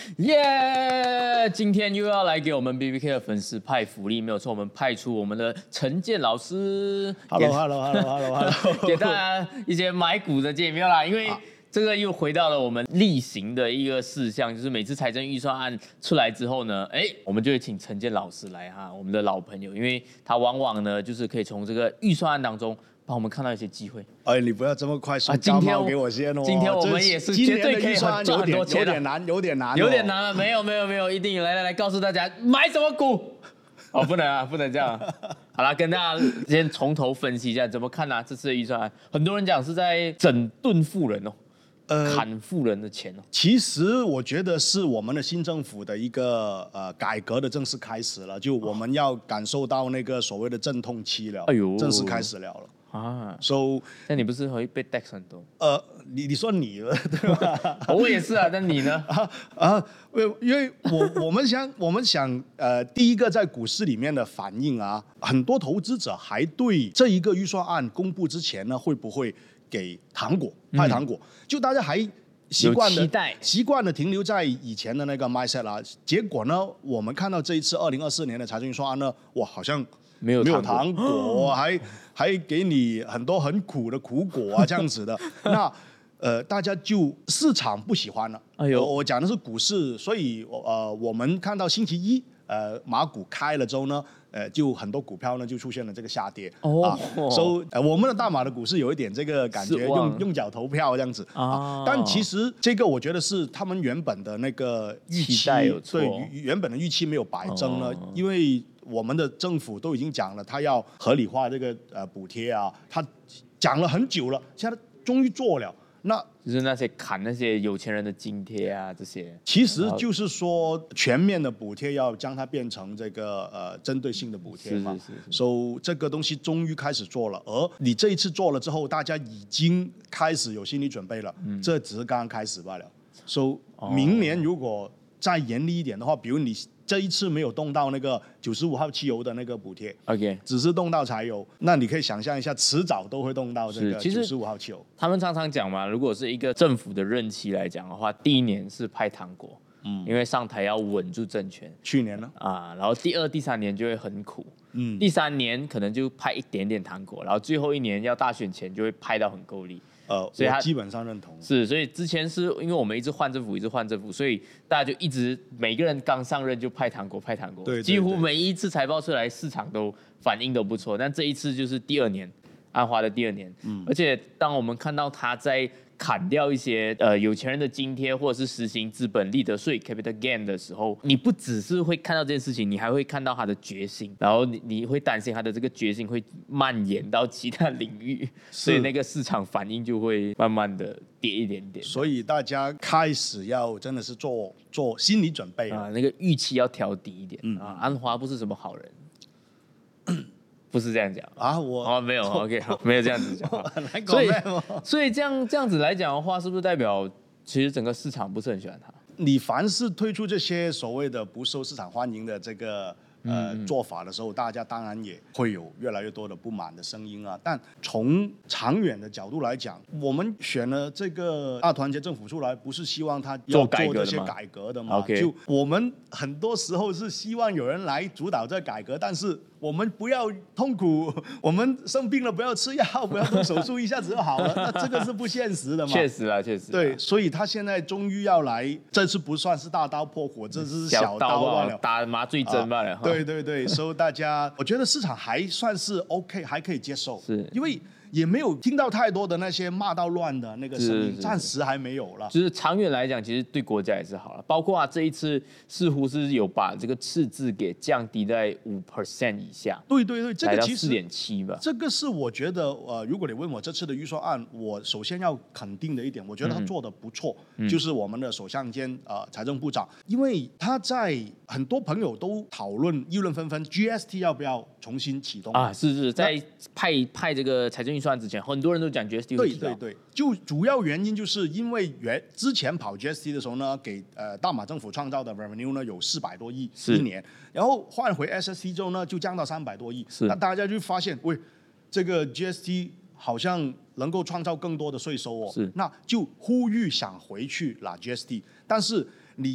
耶！今天又要来给我们 BBK 的粉丝派福利，没有错，我们派出我们的陈建老师 ，Hello， 给大家一些买股的建议，没有啦，因为这个又回到了我们例行的一个事项，就是每次财政预算案出来之后呢，我们就会请陈建老师来哈，我们的老朋友，因为他往往呢就是可以从这个预算案当中帮我们看到一些机会。 你不要这么快送高帽给我先哦。 今天我们也是绝对可以赚很多钱的。 有点难了。没有，一定来告诉大家买什么股。不能啊，不能这样。好了，跟大家先从头分析一下怎么看啊这次的预算案。很多人讲是在整顿富人哦。砍富人的钱哦。 其实我觉得是我们的新政府的一个改革的正式开始了，就我们要感受到那个所谓的阵痛期了，正式开始了啊。 那你不是会被 tax 很多？ 你说你对吧？ 我也是啊，那你呢？ 因为我们想第一个在股市里面的反应啊，很多投资者还对这一个预算案公布之前呢，会不会给糖果派糖果，就大家还习惯的停留在以前的那个 mindset 啦。结果呢，我们看到这一次2024年的财政预算案呢，哇，好像没有糖果，还给你很多很苦的苦果啊，这样子的。那大家就市场不喜欢了。我讲的是股市，所以我们看到星期一马股开了之后呢，就很多股票呢就出现了这个下跌。我们的大马的股市有一点这个感觉，用脚投票这样子但其实这个我觉得是他们原本的那个预期，对原本的预期没有白增呢，因为我们的政府都已经讲了，他要合理化这个补贴啊，他讲了很久了，现在终于做了。那就是那些砍那些有钱人的津贴啊，这些其实就是说全面的补贴要将它变成这个针对性的补贴嘛。这个东西终于开始做了，而你这一次做了之后，大家已经开始有心理准备了。这只是刚刚开始罢了。明年如果再严厉一点的话，比如你这一次没有动到那个95号汽油的那个补贴，只是动到柴油，那你可以想象一下，迟早都会动到这个95号汽油。 他们常常讲嘛，如果是一个政府的任期来讲的话，第一年是派糖果，因为上台要稳住政权。 去年呢？ 然后第二、第三年就会很苦，第三年可能就派一点点糖果，然后最后一年要大选前就会派到很够力。 所以我基本上认同。 所以之前是因为我们一直换政府，所以大家就一直每个人刚上任就派糖果， 对， 几乎每一次财报出来，市场都反应都不错。但这一次就是第二年，安华的第二年，而且当我们看到他在砍掉一些有钱人的津贴，或者是实行资本利得税 capital gain 的时候，你不只是会看到这件事情，你还会看到他的决心，然后你会担心他的这个决心会蔓延到其他领域，所以那个市场反应就会慢慢的跌一点点。 所以大家开始要真的是做心理准备那个预期要调低一点安华不是什么好人。不是这样讲没有 OK 好，没有这样子讲所以这样子来讲的话，是不是代表其实整个市场不是很喜欢他？ 你凡是推出这些所谓的不受市场欢迎的这个做法的时候，大家当然也会有越来越多的不满的声音啊。但从长远的角度来讲，我们选了这个大团结政府出来，不是希望他要做这些改革的嘛？就我们很多时候是希望有人来主导这改革，但是我们不要痛苦，我们生病了不要吃药，不要动手术，一下子就好了，那这个是不现实的嘛？ 确实。 对，所以他现在终于要来，这次不算是大刀破火，这是小刀罢了， 打麻醉针罢了。 对，所以大家，我觉得市场还算是 OK， 还可以接受，因为也没有听到太多的那些骂到乱的那个声音，暂时还没有了。 就是长远来讲，其实对国家也是好了。包括这一次似乎是有把这个赤字给降低在5% 以下。 对，这个其实 4.7吧。 这个是我觉得如果你问我这次的预算案，我首先要肯定的一点，我觉得他做的不错，就是我们的首相兼财政部长，因为他在很多朋友都讨论议论纷纷 ，GST 要不要重新启动是在派这个财政预算之前，很多人都讲 GST 会提高。 对，就主要原因就是因为之前跑 GST 的时候呢，给大马政府创造的 revenue 呢有400多亿一年，然后换回 SST 之后呢，就降到300多亿。那大家就发现，这个 GST 好像能够创造更多的税收那就呼吁想回去拿 GST， 但是你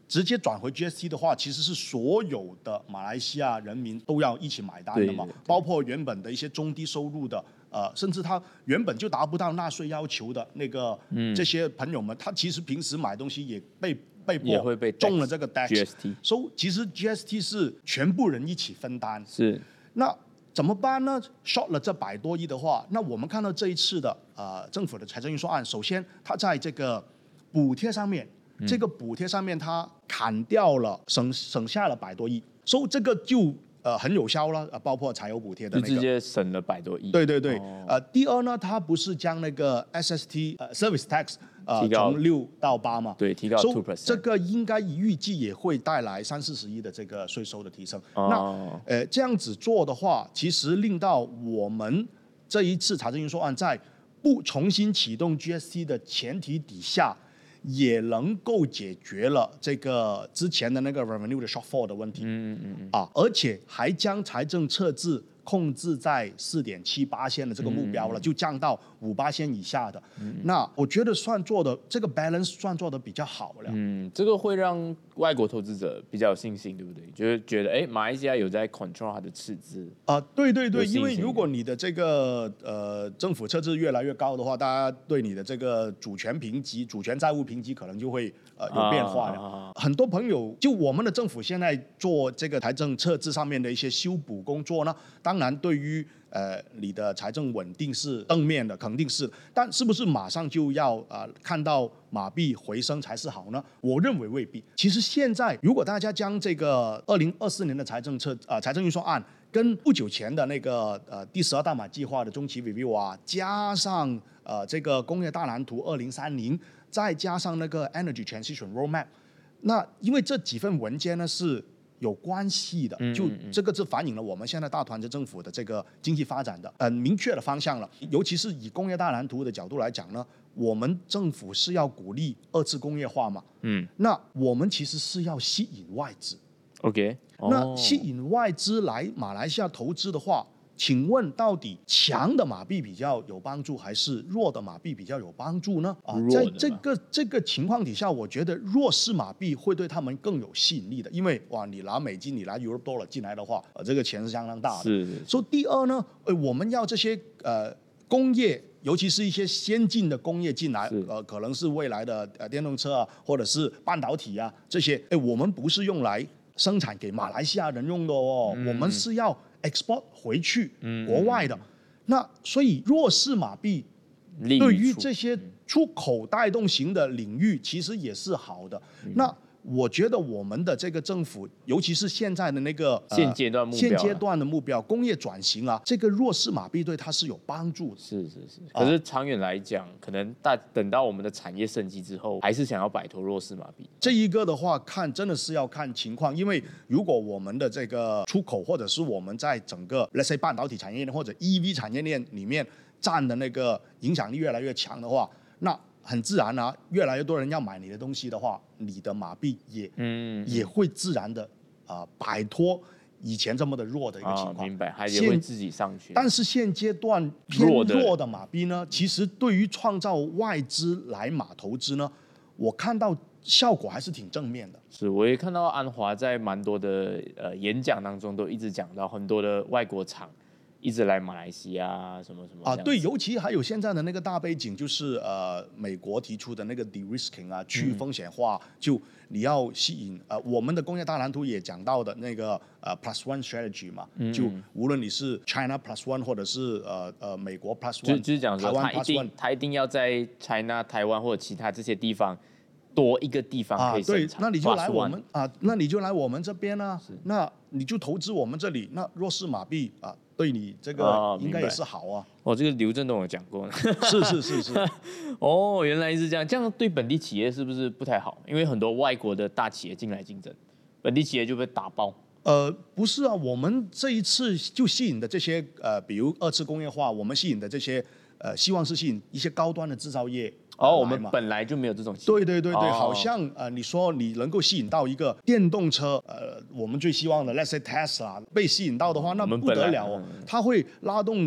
直接转回 GST 的话，其实是所有的马来西亚人民都要一起买单的嘛， 对包括原本的一些中低收入的，甚至他原本就达不到纳税要求的那个、这些朋友们，他其实平时买东西也被也会被中了这个 GST， 所以其实 GST 是全部人一起分担。 是， 那怎么办呢 ？short 了这100多亿的话，那我们看到这一次的政府的财政预算案，首先它在这个补贴上面，它砍掉了省下了100多亿，所以这个就很有效了，包括柴油补贴的那个， 就直接省了100多亿。 对对对，第二呢，它不是将那个 SST service tax 提高从6到8嘛， 对，提高 so, 2%， 这个应该预计也会带来30-40亿的这个税收的提升。那这样子做的话，其实令到我们这一次财政预算案在不重新启动 GST 的前提底下，也能够解决了这个之前的那个 revenue 的 shortfall 的问题。而且还将财政赤字控制在4.78%的这个目标了，就降到5%以下的。那我觉得这个 balance 算做的比较好了。 这个会让外国投资者比较有信心，对不对？就是觉得马来西亚有在 control 它的赤字。 对对对，因为如果你的这个政府赤字越来越高的话，大家对你的这个主权债务评级可能就会有变化了。很多朋友就我们的政府现在做这个财政赤字上面的一些修补工作呢，当然对于你的财政稳定是正面的，肯定是，但是不是马上就要看到马币回升才是好呢？我认为未必。其实现在如果大家将这个2024年的财政预算案跟不久前的那个第12大马计划的中期 review 加上这个工业大蓝图2030，再加上那个 Energy Transition Roadmap， 那因为这几份文件呢是有关系的，就这个是反映了我们现在大团结政府的这个经济发展的明确的方向了。尤其是以工业大蓝图的角度来讲呢，我们政府是要鼓励2次工业化嘛，那我们其实是要吸引外资。 OK， 那吸引外资来马来西亚投资的话，请问到底强的马币比较有帮助，还是弱的马币比较有帮助呢？在这个情况底下，我觉得弱势马币会对他们更有吸引力的，因为你拿美金，你拿 Euro Dollar 进来的话，这个钱是相当大的。 是。 所以第二呢，我们要这些工业，尤其是一些先进的工业进来，可能是未来的电动车或者是半导体这些，我们不是用来生产给马来西亚人用的哦，我们是要 export 回去国外的。那所以弱势马币对于这些出口带动型的领域其实也是好的。那我觉得我们的这个政府，尤其是现在的那个现阶段的目标，工业转型这个弱势马币对它是有帮助的。 是。可是长远来讲，可能等到我们的产业升级之后，还是想要摆脱弱势马币。 这一个的话，真的是要看情况，因为如果我们的这个出口，或者是我们在整个 let's say 半导体产业链或者 EV 产业链里面占的那个影响力越来越强的话，那很自然越来越多人要买你的东西的话，你的马币也会自然的摆脱以前这么的弱的一个情况。 明白，它也会自己上去。 但是现阶段偏弱的马币呢，其实对于创造外资来马投资呢，我看到效果还是挺正面的。 是，我也看到安华在蛮多的演讲当中都一直讲到很多的外国厂一直来马来西亚什么对，尤其还有现在的那个大背景，就是美国提出的那个 de-risking 去风险化，就你要吸引我们的工业大蓝图也讲到的那个plus one strategy 嘛，就无论你是 China plus one 或者是美国 plus one， 就是讲说他一定要在 China、台湾或者其他这些地方多一个地方可以生产。 对，那你就来我们这边那你就投资我们这里，那弱势马币对你这个应该也是好这个刘振东有讲过。 是。 原来是这样，这样对本地企业是不是不太好？因为很多外国的大企业进来竞争，本地企业就被打爆。 不是我们这一次就吸引的这些比如2次工业化，我们吸引的这些希望是吸引一些高端的制造业。 我们本来就没有这种企业。 对，好像你说你能够吸引到一个电动车，我们最希望的 let's say Tesla 被吸引到的话，那不得了它会拉动你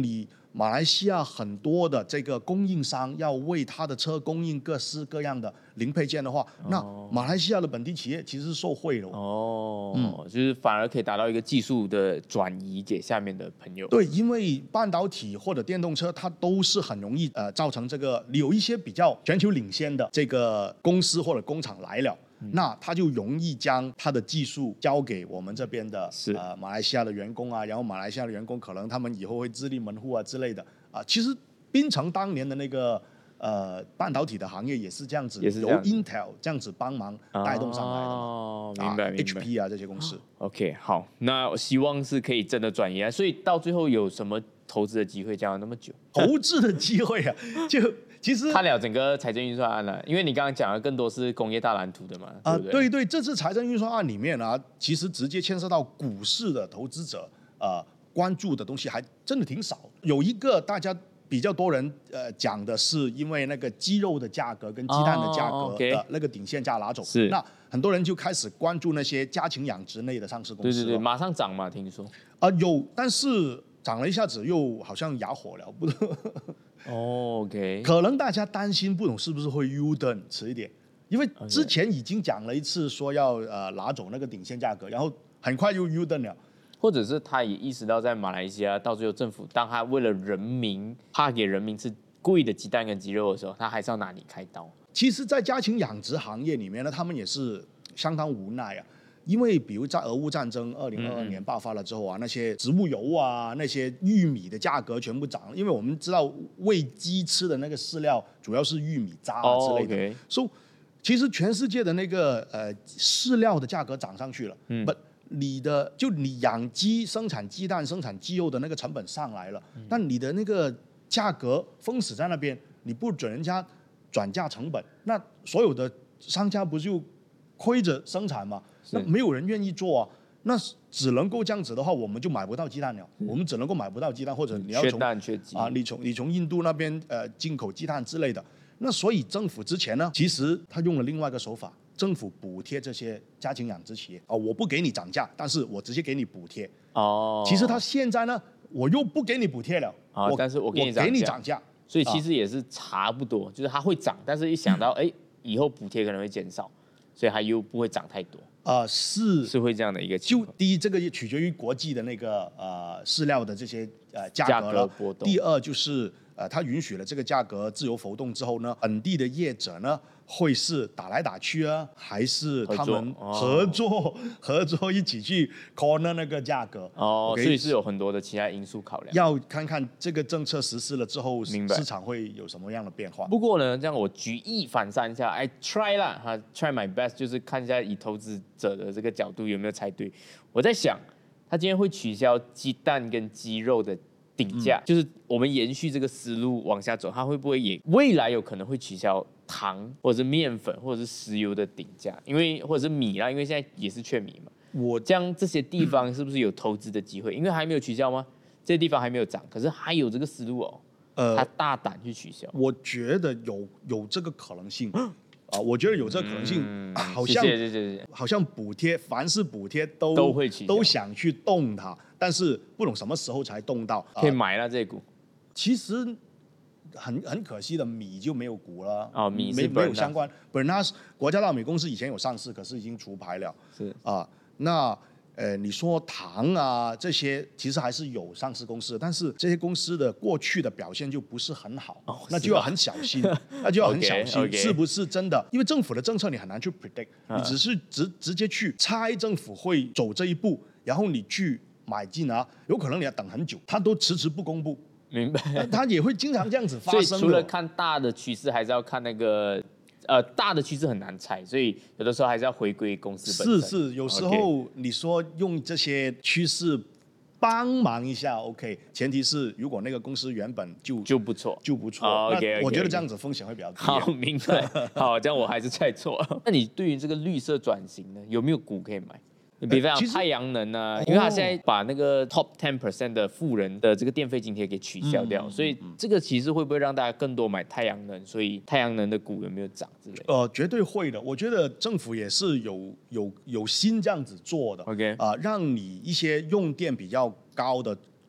马来西亚很多的这个供应商要为他的车供应各式各样的零配件的话，那马来西亚的本地企业其实是受惠的就是反而可以达到一个技术的转移给下面的朋友。 对，因为半导体或者电动车，它都是很容易造成这个有一些比较全球领先的这个公司或者工厂来了。那他就容易将他的技术交给我们这边的马来西亚的员工啊，然后马来西亚的员工可能他们以后会自立门户啊之类的啊。其实槟城当年的那个半导体的行业也是这样子，由 Intel 这样子帮忙带动上来的哦，明白 HP 啊这些公司。 OK， 好，那我希望是可以真的转移啊。所以到最后有什么投资的机会讲了那么久？ 投资的机会啊，就其实看了整个财政预算案了，因为你刚刚讲的更多是工业大蓝图的嘛， 对，这次财政预算案里面啊，其实直接牵涉到股市的投资者关注的东西还真的挺少。有一个大家比较多人讲的是，因为那个鸡肉的价格跟鸡蛋的价格的那个顶线价拿走，那很多人就开始关注那些家禽养殖类的上市公司。 对，马上涨嘛，听说有，但是涨了一下子又好像哑火了，不 OK， 可能大家担心不懂是不是会 U-turn 迟一点，因为之前已经讲了一次说要拿走那个顶线价格，然后很快又 U-turn 了。 或者是他也意识到，在马来西亚到最后政府当他为了人民怕给人民吃贵的鸡蛋跟鸡肉的时候，他还是要拿你开刀。 其实，在家禽养殖行业里面呢，他们也是相当无奈啊。因为比如在俄乌战争2022年爆发了之后啊，那些植物油啊，那些玉米的价格全部涨了，因为我们知道喂鸡吃的那个饲料主要是玉米渣啊之类的，所以其实全世界的那个饲料的价格涨上去了，你养鸡生产鸡蛋生产鸡肉的那个成本上来了，但你的那个价格封死在那边，你不准人家转嫁成本，那所有的商家不就亏着生产嘛？那没有人愿意做啊，那只能够这样子的话，我们就买不到鸡蛋了。我们只能够买不到鸡蛋，或者你要缺鸡啊，你从印度那边进口鸡蛋之类的。那所以政府之前呢，其实他用了另外一个手法，政府补贴这些家禽养殖企业我不给你涨价，但是我直接给你补贴。其实他现在呢，我又不给你补贴了， 但是我给你涨价，所以其实也是差不多，就是它会涨，但是一想到以后补贴可能会减少，所以它又不会涨太多。是会这样的一个情况。 就第一，这个也取决于国际的那个饲料的这些价格了。 波动。 第二就是它允许了这个价格自由浮动之后呢，本地的业者呢会是打来打去啊，还是他们合作一起去 corner 那个价格？ 所以是有很多的其他因素考量。 要看看这个政策实施了之后，市场会有什么样的变化。 不过呢，这样我举一反三一下，I try 啦，try my best， 就是看一下以投资者的这个角度有没有猜对。我在想，他今天会取消鸡蛋跟鸡肉的顶价，就是我们延续这个思路往下走，它会不会也未来有可能会取消糖或者是面粉或者是石油的顶价？因为或者是米啦，因为现在也是缺米嘛。这样这些地方是不是有投资的机会？因为还没有取消吗？这些地方还没有涨，可是还有这个思路他大胆去取消。 我觉得有这个可能性。我觉得有这个可能性，好像补贴，凡是补贴都会取消， 都想去动它，但是不懂什么时候才动到。 可以买了这股， 其实很可惜的，米就没有股了。 米没有相关。Bernas 国家大米公司以前有上市，可是已经除牌了。那你说糖啊这些，其实还是有上市公司，但是这些公司的过去的表现就不是很好，那就要很小心，是不是真的？因为政府的政策你很难去 predict， 你只是直接去猜政府会走这一步，然后你去买进有可能你要等很久，他都迟迟不公布。 明白。 他也会经常这样子发生。 所以除了看大的趋势，还是要看那个。大的趋势很难猜，所以有的时候还是要回归公司本身。 是，有时候你说用这些趋势帮忙一下 ，OK， 前提是如果那个公司原本就不错， 那我觉得这样子风险会比较低。 好，明白。好，这样我还是猜错。那你对于这个绿色转型呢，有没有股可以买？比方讲太阳能啊，因为他现在把那个 top 10% 的富人的这个电费津贴给取消掉，所以这个其实会不会让大家更多买太阳能？所以太阳能的股有没有涨之类的？ 绝对会的。我觉得政府也是有心这样子做的。 OK， 让你一些用电比较高的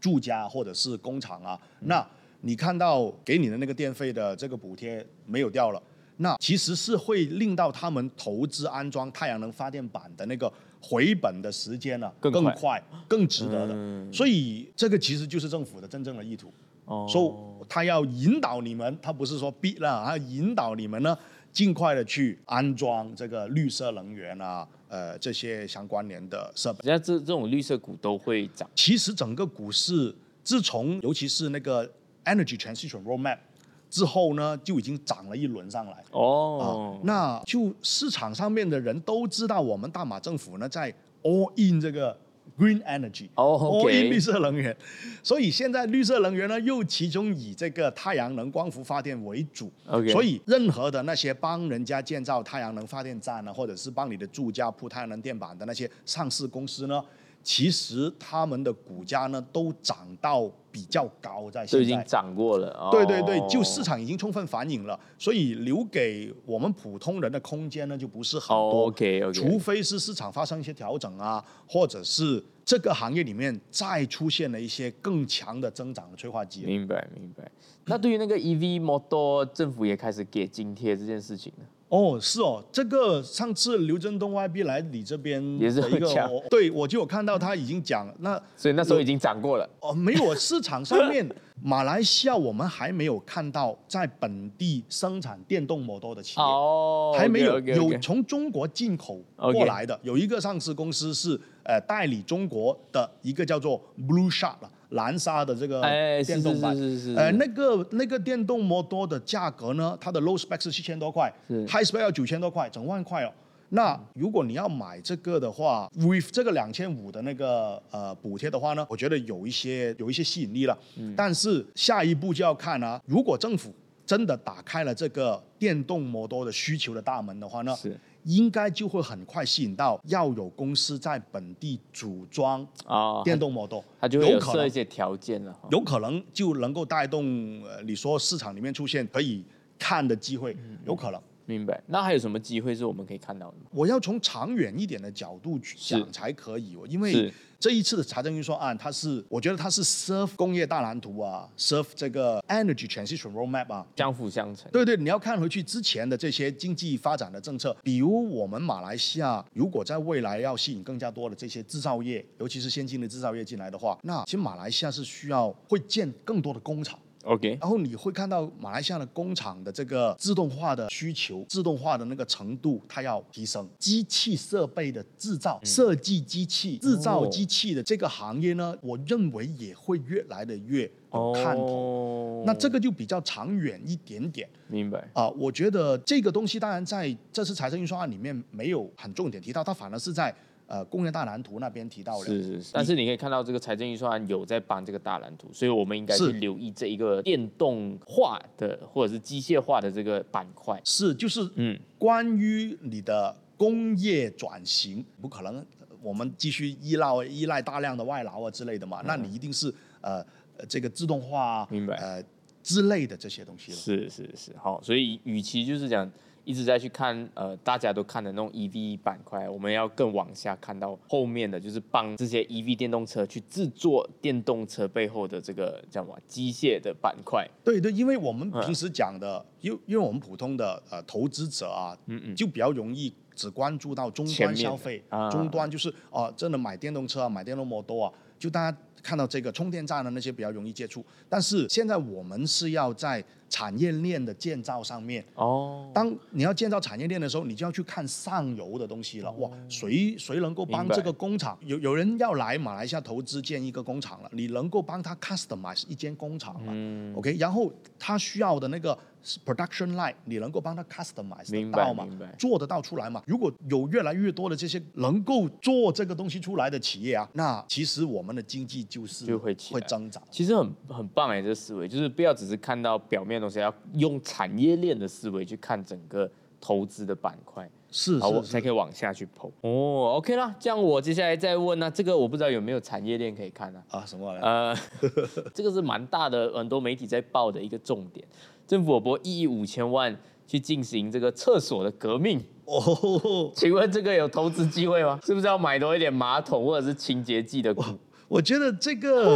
住家或者是工厂啊，那你看到给你的那个电费的这个补贴没有掉了，那其实是会令到他们投资安装太阳能发电板的那个回本的时间呢更快、更值得的。所以这个其实就是政府的真正的意图。所以他要引导你们，他不是说逼了，他要引导你们呢，尽快的去安装这个绿色能源啊，这些相关联的设备。 现在这种绿色股都会涨。 其实整个股市自从尤其是那个 Energy Transition Roadmap 之后呢，就已经涨了一轮上来。那就市场上面的人都知道，我们大马政府呢在 all in 这个Green Energy，all in 绿色能源，所以现在绿色能源呢又其中以这个太阳能光伏发电为主，所以任何的那些帮人家建造太阳能发电站呢，或者是帮你的住家铺太阳能电板的那些上市公司呢，其实他们的股价呢都涨到比较高，在现在都已经涨过了。 对对对，就市场已经充分反映了，所以留给我们普通人的空间呢就不是很多。除非是市场发生一些调整啊，或者是这个行业里面再出现了一些更强的增长的催化剂。 明白。那对于那个 EV Model， 政府也开始给津贴这件事情呢？ 是哦，这个上次刘振东 YB 来你这边也是一个对，我就有看到他已经讲所以那时候已经涨过了。 没有，市场上面马来西亚我们还没有看到在本地生产电动摩托的企业，还没有有从中国进口过来的，有一个上市公司是代理中国的一个叫做 Blue Shark 了。蓝沙的这个电动版，那个电动摩托的价格呢，它的 low spec 是7000多块，high spec 要9000多块，整万块哦。那如果你要买这个的话 ，with 这个2500的那个补贴的话呢，我觉得有一些吸引力了。但是下一步就要看啊，如果政府真的打开了这个电动摩托的需求的大门的话呢，应该就会很快吸引到要有公司在本地组装电动摩托， 它就会有设一些条件了， 有可能就能够带动你说市场里面出现可以看的机会，有可能。 明白。那还有什么机会是我们可以看到的？ 我要从长远一点的角度去讲才可以，因为这一次的财政预算案，我觉得它是 serve 工业大蓝图啊 ，serve 这个 energy transition roadmap 啊， 相辅相成。 对，你要看回去之前的这些经济发展的政策，比如我们马来西亚如果在未来要吸引更加多的这些制造业，尤其是先进的制造业进来的话，那其实马来西亚是需要会建更多的工厂。然后你会看到马来西亚的工厂的这个自动化的需求、自动化的那个程度，它要提升。机器设备的制造、设计机器、制造机器的这个行业呢，我认为也会越来的越有看头。那这个就比较长远一点点。 明白我觉得这个东西当然在这次财政预算案里面没有很重点提到，它反而是在工业大蓝图那边提到的。 是，但是你可以看到这个财政预算案有在帮这个大蓝图，所以我们应该去留意这一个电动化的或者是机械化的这个板块。 就是关于你的工业转型，不可能我们继续依赖大量的外劳啊之类的嘛，那你一定是这个自动化明白之类的这些东西了。 是好，所以与其就是讲一直在去看大家都看的那种 EV 板块，我们要更往下看到后面的，就是帮这些 EV 电动车去制作电动车背后的这个叫什么机械的板块。 对，因为我们平时讲的，因为我们普通的投资者啊，就比较容易只关注到终端消费，终端就是真的买电动车啊，买电动摩托啊，就大家看到这个充电站的那些比较容易接触。但是现在我们是要在产业链的建造上面，当你要建造产业链的时候，你就要去看上游的东西了。哇，谁能够帮这个工厂？有人要来马来西亚投资建一个工厂了，你能够帮他 customize 一间工厂了，OK， 然后他需要的那个 production line， 你能够帮他 customize 得到吗？做得到出来吗？如果有越来越多的这些能够做这个东西出来的企业啊，那其实我们的经济就会增长。 其实很棒这个思维就是不要只是看到表面的东西，要用产业链的思维去看整个投资的板块，我才可以往下去剖。OK 啦，这样我接下来再问这个我不知道有没有产业链可以看什么这个是蛮大的，很多媒体在报的一个重点。政府有拨1亿5千万去进行这个厕所的革命。请问这个有投资机会吗？是不是要买多一点马桶或者是清洁剂的股？ 我觉得这个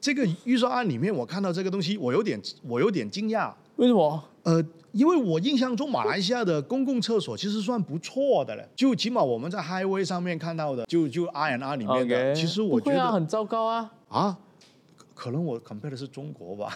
这个预算案里面，我看到这个东西，我有点惊讶。 为什么？ 因为我印象中马来西亚的公共厕所其实算不错的了，就起码我们在 highway 上面看到的，就 R&R 里面的，其实我觉得很糟糕啊。 啊，可能我 compare 的是中国吧。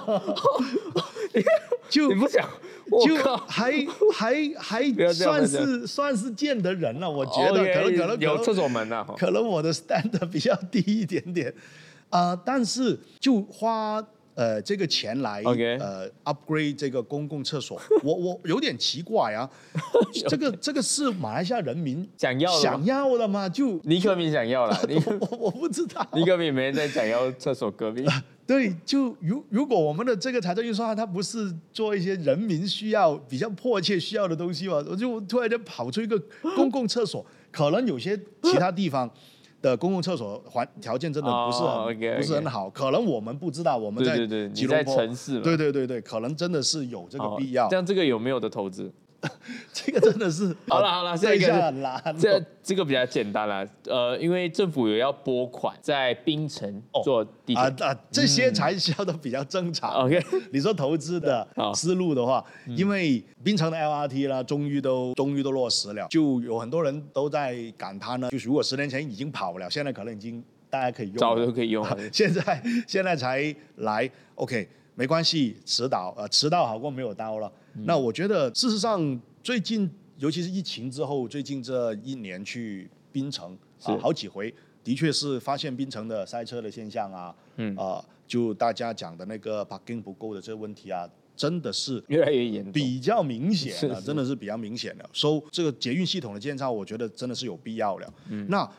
就你不讲， 就还算是见得人了，我觉得可能有厕所门啊， 可能我的 standard 比较低一点点，但是就花这个钱来upgrade 这个公共厕所，我有点奇怪啊，这个是马来西亚人民想要的吗？就尼克敏想要了， 我不知道， 尼克敏没人在想要厕所革命。 对，就如果我们的这个财政预算案它不是做一些人民需要比较迫切需要的东西嘛，我就突然间跑出一个公共厕所，可能有些其他地方的公共厕所条件真的不是很好，可能我们不知道，我们在吉隆坡城市嘛， 对，可能真的是有这个必要。 这样这个有没有的投资？ 这个真的是好了，下一个这个比较简单啦，因为政府有要拨款在槟城做地铁这些才销的比较正常。 OK， 你说投资的思路的话，因为槟城的 LRT 啦，终于都落实了，就有很多人都在感叹呢，就是如果10年前已经跑了，现在可能已经大家可以用了， 早就可以用了， 现在才来 OK。没关系，迟到好过没有到了。那我觉得事实上最近，尤其是疫情之后，最近这1年去槟城好几回，的确是发现槟城的塞车的现象啊，就大家讲的那个 parking 不够的这个问题啊，真的是越来越严重， 比较明显了，真的是比较明显了。这个捷运系统的建造，我觉得真的是有必要了。那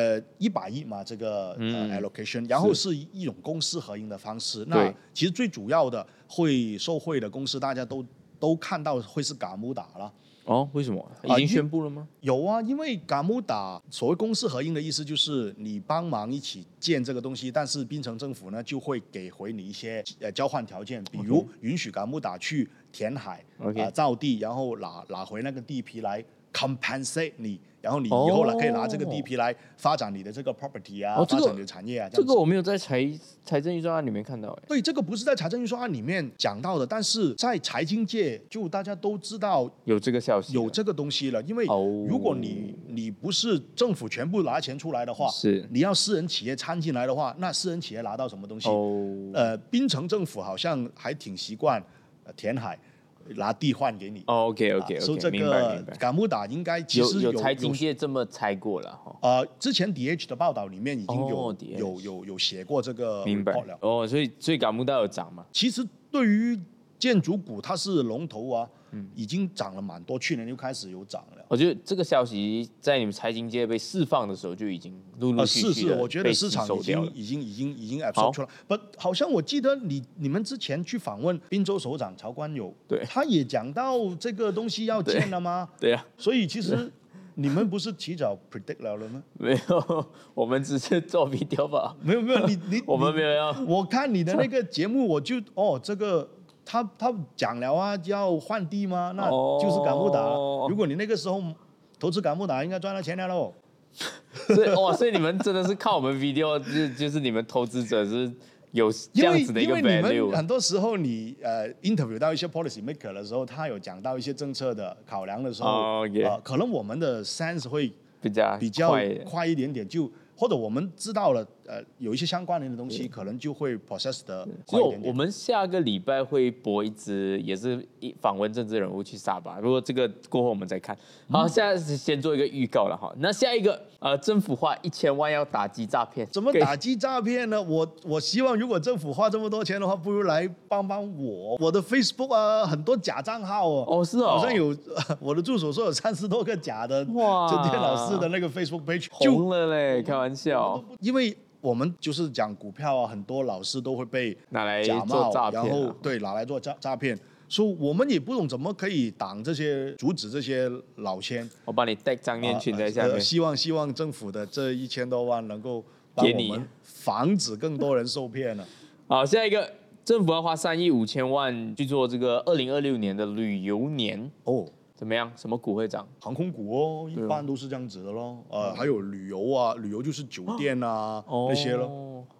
100亿嘛，这个allocation， 然后是一种公私合营的方式。那其实最主要的会受惠的公司，大家都看到会是嘎木达了。 哦，为什么？已经宣布了吗？ 有啊，因为嘎木达所谓公私合营的意思就是你帮忙一起建这个东西，但是槟城政府呢就会给回你一些交换条件，比如允许嘎木达去填海造地，然后拿回那个地皮来 compensate 你。然后你以后可以拿这个地皮来发展你的这个 property 啊，发展你的产业啊。 这个我没有在财政预算案里面看到。 对，这个不是在财政预算案里面讲到的，但是在财经界就大家都知道有这个消息， 有这个东西了。因为如果你不是政府全部拿钱出来的话，你要私人企业掺进来的话，那私人企业拿到什么东西？槟城政府好像还挺习惯填海。拿地换给你。 OK， 所以这个嘎木达应该其实有财经界这么猜过了之前 DH 的报道里面已经有写过这个 report 了。 所以嘎木达有涨嘛？ 其实对于建筑股，它是龙头啊。已经涨了蛮多，去年就开始有涨了。 我觉得这个消息在你们财经界被释放的时候就已经陆陆续续的我觉得市场已经 absorb 出来。不，好像我记得你们之前去访问滨州首长曹观友， 对， 他也讲到这个东西要建了吗？ 对啊， 所以其实你们不是提早 predict 了吗？ 没有，我们只是做 video 吧。 没有， 我们没有要。 我看你的那个节目，我就这个。他讲了啊，要换地吗？那就是嘎木达。如果你那个时候投资嘎木达，应该赚到钱了喽。 所以你们真的是靠我们 video， 就是你们投资者是有这样子的一个 value。 因为很多时候你interview 到一些 policy maker 的时候，他有讲到一些政策的考量的时候，可能我们的 sense 会比较快一点点，或者我们知道了有一些相关联的东西，可能就会 process 的快一点点。 我们下个礼拜会播一支，也是访问政治人物去沙巴。如果这个过后我们再看。好，现在先做一个预告了哈。那下一个政府花1000万要打击诈骗， 怎么打击诈骗呢？我希望如果政府花这么多钱的话，不如来帮我的 Facebook 啊，很多假账号是哦， 好像有我的助手说有30多个假的陈天老师的那个 Facebook page 红了嘞，开玩笑。 因为我们就是讲股票啊，很多老师都会被拿来假冒，然后拿来做诈骗，所以我们也不懂怎么可以阻止这些老千。 我帮你带张念群在下面。 希望政府的这1000多万能够帮我们防止更多人受骗了。 好，下一个，政府要花3亿5千万去做这个2026年的旅游年怎么样？什么股会涨？ 航空股一般都是这样子的咯。还有旅游啊，旅游就是酒店啊那些咯。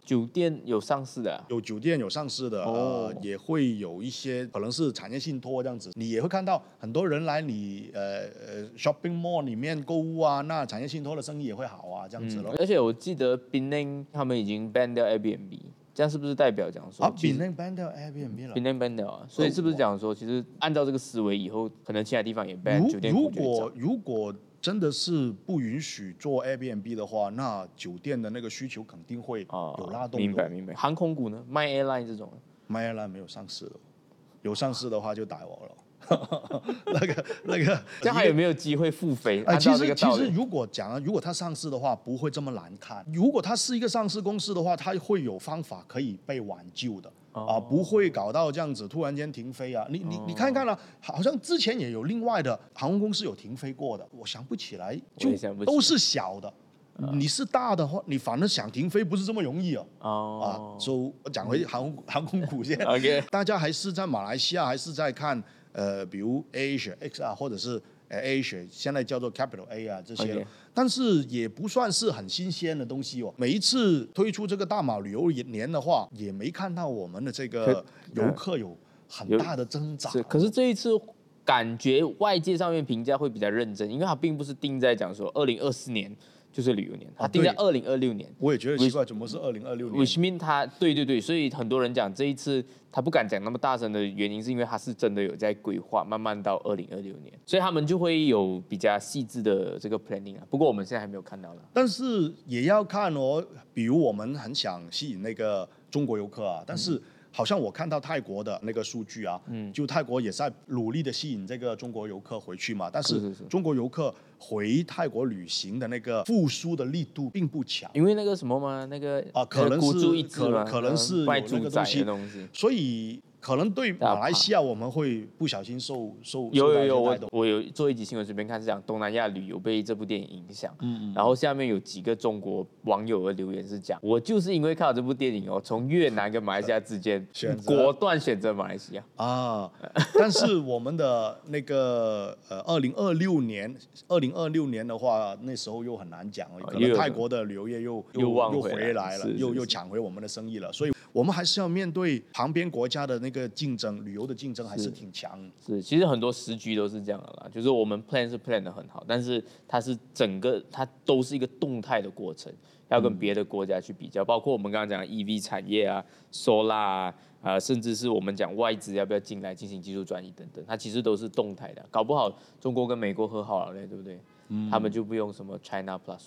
酒店有上市的、啊， 有酒店有上市的，也会有一些可能是产业信托这样子，你也会看到很多人来你shopping mall 里面购物啊，那产业信托的生意也会好啊，这样子咯。 而且我记得 Penang 他们已经 ban 掉 Airbnb， 这样是不是代表讲说 Penang ban 掉 Airbnb 了 ？Penang ban 掉啊，所以是不是讲说，其实按照这个思维，以后可能其他地方也 ban 酒店股就会涨。 如果真的是不允许做 Airbnb 的话，那酒店的那个需求肯定会有拉动的。 明白。航空股呢？My Airline 这种 ，My Airline 没有上市了，有上市的话就打我了。那个， 这样还有没有机会复飞？ 其实如果它上市的话，不会这么难看。如果它是一个上市公司的话，它会有方法可以被挽救的。不会搞到这样子突然间停飞啊！你看看了，好像之前也有另外的航空公司有停飞过的，我想不起来，就都是小的。你是大的话，你反正想停飞不是这么容易所以我讲回航空股先。大家还是在马来西亚，还是在看比如 Asia XR 或者是Asia， 现在叫做 Capital A 啊这些。但是也不算是很新鲜的东西哦。每一次推出这个大马旅游年的话，也没看到我们的这个游客有很大的增长。 可是这一次感觉外界上面评价会比较认真，因为它并不是定在讲说2024年就是旅游年，它定在2026年。 我也觉得奇怪，怎么是2026年 ？Which mean 它对，所以很多人讲这一次他不敢讲那么大声的原因，是因为他是真的有在规划，慢慢到2026年，所以他们就会有比较细致的这个 planning 啊。不过我们现在还没有看到了。 但是也要看哦，比如我们很想吸引那个中国游客啊，但是好像我看到泰国的那个数据啊，就泰国也在努力的吸引这个中国游客回去嘛，但是中国游客回泰国旅行的那个复苏的力度并不强， 因为那个什么嘛，那个可能是可能是有那个东西，所以可能对马来西亚我们会不小心受我有做一集新闻随便看，是讲东南亚旅游被这部电影影响，然后下面有几个中国网友的留言是讲，我就是因为看到这部电影从越南跟马来西亚之间果断选择马来西亚但是我们的那个2026年的话，那时候又很难讲可能泰国的旅游业又回来了，又抢回我们的生意了，所以我们还是要面对旁边国家的那个竞争，旅游的竞争还是挺强。 是，其实很多时局都是这样的啦，就是我们 plan 得很好，但是它都是一个动态的过程，要跟别的国家去比较，包括我们刚刚讲的 EV 产业啊、Solar 啊，甚至是我们讲外资要不要进来进行技术转移等等，它其实都是动态的，搞不好中国跟美国和好了嘞，对不对？他们就不用什么 China Plus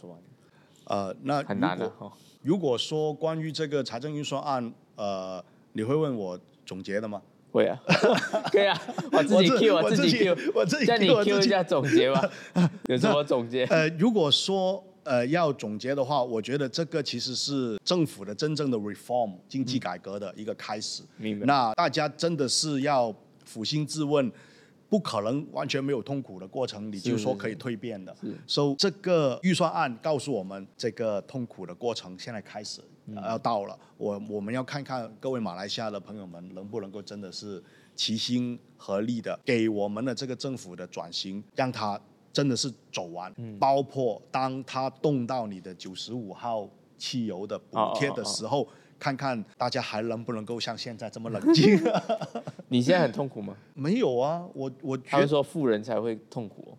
One。 那很难的。 如果说关于这个财政预算案，你会问我总结的吗？ 会啊，可以啊，我自己 Q， 叫你 Q 一下总结吧。有什么总结？ 如果说要总结的话，我觉得这个其实是政府的真正的 reform 经济改革的一个开始。 明白。 那大家真的是要扪心自问。不可能完全没有痛苦的过程，你就说可以蜕变的。所以这个预算案告诉我们，这个痛苦的过程现在开始要到了。我们要看看各位马来西亚的朋友们能不能够真的是齐心合力的，给我们的这个政府的转型，让它真的是走完。包括当它动到你的95号汽油的补贴的时候。看看大家还能不能够像现在这么冷静？ 你现在很痛苦吗？ 没有啊，我他们说富人才会痛苦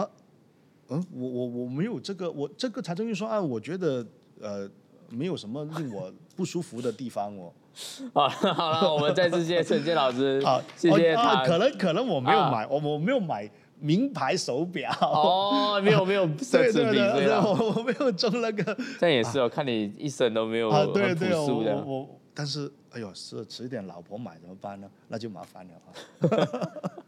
我没有这个，我这个财政预算案，我觉得没有什么令我不舒服的地方好了，我们再次谢谢陈建老师，谢谢他。 可能我没有买，我没有买。名牌手表没有奢侈品， 我没有中那个。 这样也是看你一生都没有对， 我但是哎呦，是迟一点老婆买怎么办呢？那就麻烦了